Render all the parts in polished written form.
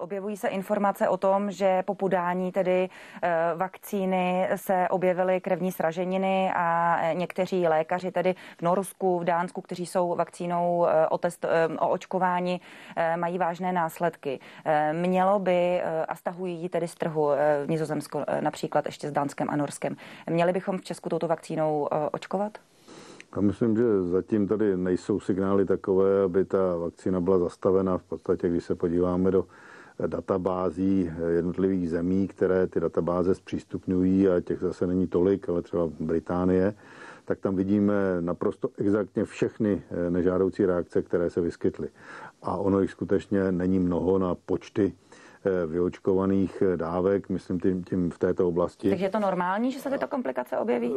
Objevují se informace o tom, že po podání tedy vakcíny se objevily krevní sraženiny a někteří lékaři tedy v Norsku, v Dánsku, kteří jsou vakcínou o očkování, mají vážné následky. Mělo by, a stahují ji tedy z trhu Nizozemsko například ještě s Dánskem a Norskem, měli bychom v Česku touto vakcínou očkovat? Já myslím, že zatím tady nejsou signály takové, aby ta vakcína byla zastavena. V podstatě, když se podíváme do databází jednotlivých zemí, které ty databáze zpřístupňují, a těch zase není tolik, ale třeba Británie, tak tam vidíme naprosto exaktně všechny nežádoucí reakce, které se vyskytly. A ono jich skutečně není mnoho na počty vyočkovaných dávek, myslím tím v této oblasti. Takže je to normální, že se tyto komplikace objeví?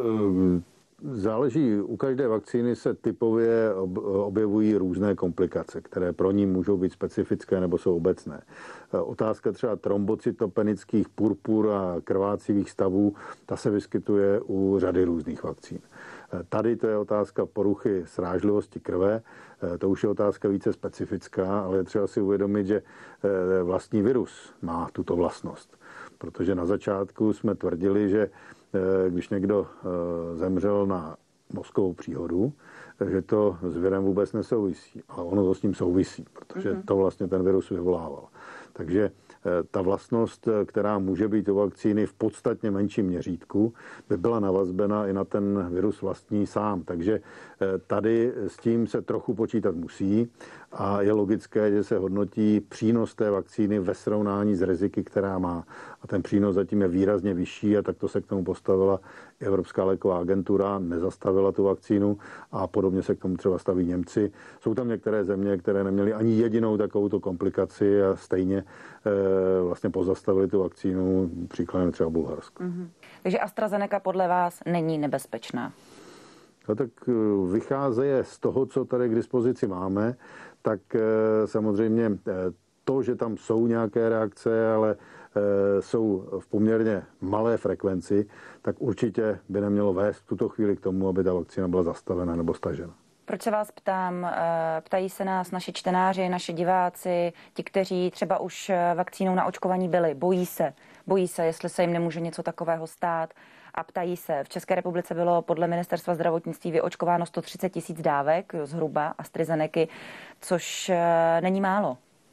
Záleží, u každé vakcíny se typově objevují různé komplikace, které pro ní můžou být specifické nebo jsou obecné. Otázka třeba trombocytopenických purpur a krvácivých stavů, ta se vyskytuje u řady různých vakcín. Tady to je otázka poruchy srážlivosti krve, to už je otázka více specifická, ale je třeba si uvědomit, že vlastní virus má tuto vlastnost. Protože na začátku jsme tvrdili, že když někdo zemřel na mozkovou příhodu, že to s virem vůbec nesouvisí. Ale ono to s tím souvisí, protože to vlastně ten virus vyvolával. Takže ta vlastnost, která může být u vakcíny v podstatně menším měřítku, by byla navazbena i na ten virus vlastní sám. Takže tady s tím se trochu počítat musí a je logické, že se hodnotí přínos té vakcíny ve srovnání s riziky, která má. A ten přínos zatím je výrazně vyšší a takto se k tomu postavila Evropská léková agentura, nezastavila tu vakcínu a podobně se k tomu třeba staví Němci. Jsou tam některé země, které neměly ani jedinou takovouto komplikaci a stejně vlastně pozastavili tu vakcínu, příkladem třeba Bulharsko. Takže AstraZeneca podle vás není nebezpečná? No tak vycházeje z toho, co tady k dispozici máme, tak samozřejmě to, že tam jsou nějaké reakce, ale jsou v poměrně malé frekvenci, tak určitě by nemělo vést v tuto chvíli k tomu, aby ta vakcína byla zastavena nebo stažena. Proč se vás ptám? Ptají se nás naši čtenáři, naši diváci, ti, kteří třeba už vakcínou na očkovaní byli. Bojí se, jestli se jim nemůže něco takového stát. A ptají se, v České republice bylo podle Ministerstva zdravotnictví vyočkováno 130 000 dávek zhruba AstraZenecy, což není málo.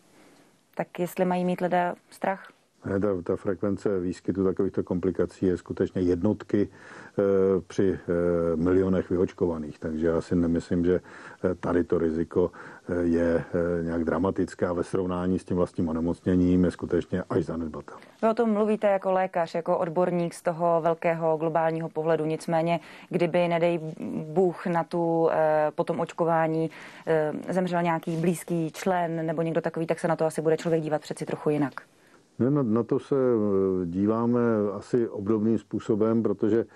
Tak jestli mají mít lidé strach? Ta frekvence výskytu takovýchto komplikací je skutečně jednotky při milionech vyočkovaných, takže já si nemyslím, že tady to riziko je nějak dramatické a ve srovnání s tím vlastním onemocněním je skutečně až zanedbatelné. Vy o tom mluvíte jako lékař, jako odborník z toho velkého globálního pohledu, nicméně kdyby, nedej Bůh, na tu po tom očkování zemřel nějaký blízký člen nebo někdo takový, tak se na to asi bude člověk dívat přeci trochu jinak. Na to se díváme asi obdobným způsobem, protože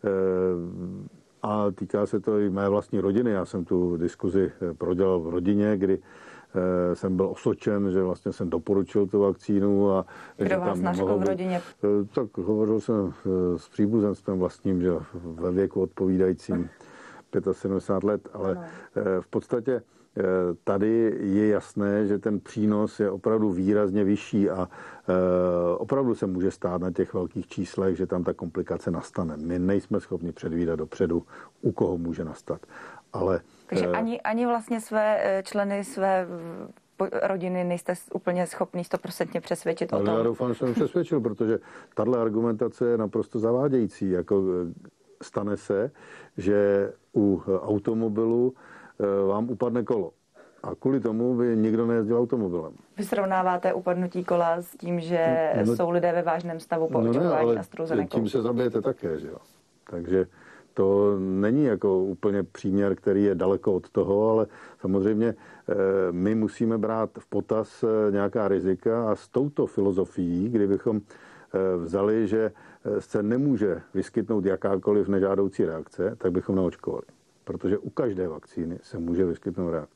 a týká se to i mé vlastní rodiny. Já jsem tu diskuzi prodělal v rodině, kdy jsem byl osočen, že vlastně jsem doporučil tu vakcínu. A kdo vás našel v rodině? Tak hovořil jsem s příbuzenstvem vlastním, že ve věku odpovídajícím 75 let, ale v podstatě tady je jasné, že ten přínos je opravdu výrazně vyšší a opravdu se může stát na těch velkých číslech, že tam ta komplikace nastane. My nejsme schopni předvídat dopředu, u koho může nastat. Ale, takže ani vlastně své členy, své rodiny nejste úplně schopný 100% přesvědčit o tom? Já doufám, že jsem přesvědčil, protože tahle argumentace je naprosto zavádějící. Jako stane se, že u automobilu vám upadne kolo. A kvůli tomu by nikdo nejezdil automobilem. Vy srovnáváte upadnutí kola s tím, že jsou lidé ve vážném stavu po očkování AstraZenecou? Tím se zabijete také, že jo. Takže to není jako úplně příměr, který je daleko od toho, ale samozřejmě my musíme brát v potaz nějaká rizika a s touto filozofií, kdybychom vzali, že se nemůže vyskytnout jakákoliv nežádoucí reakce, tak bychom neočkovali. Protože u každé vakcíny se může vyskytnout reakce.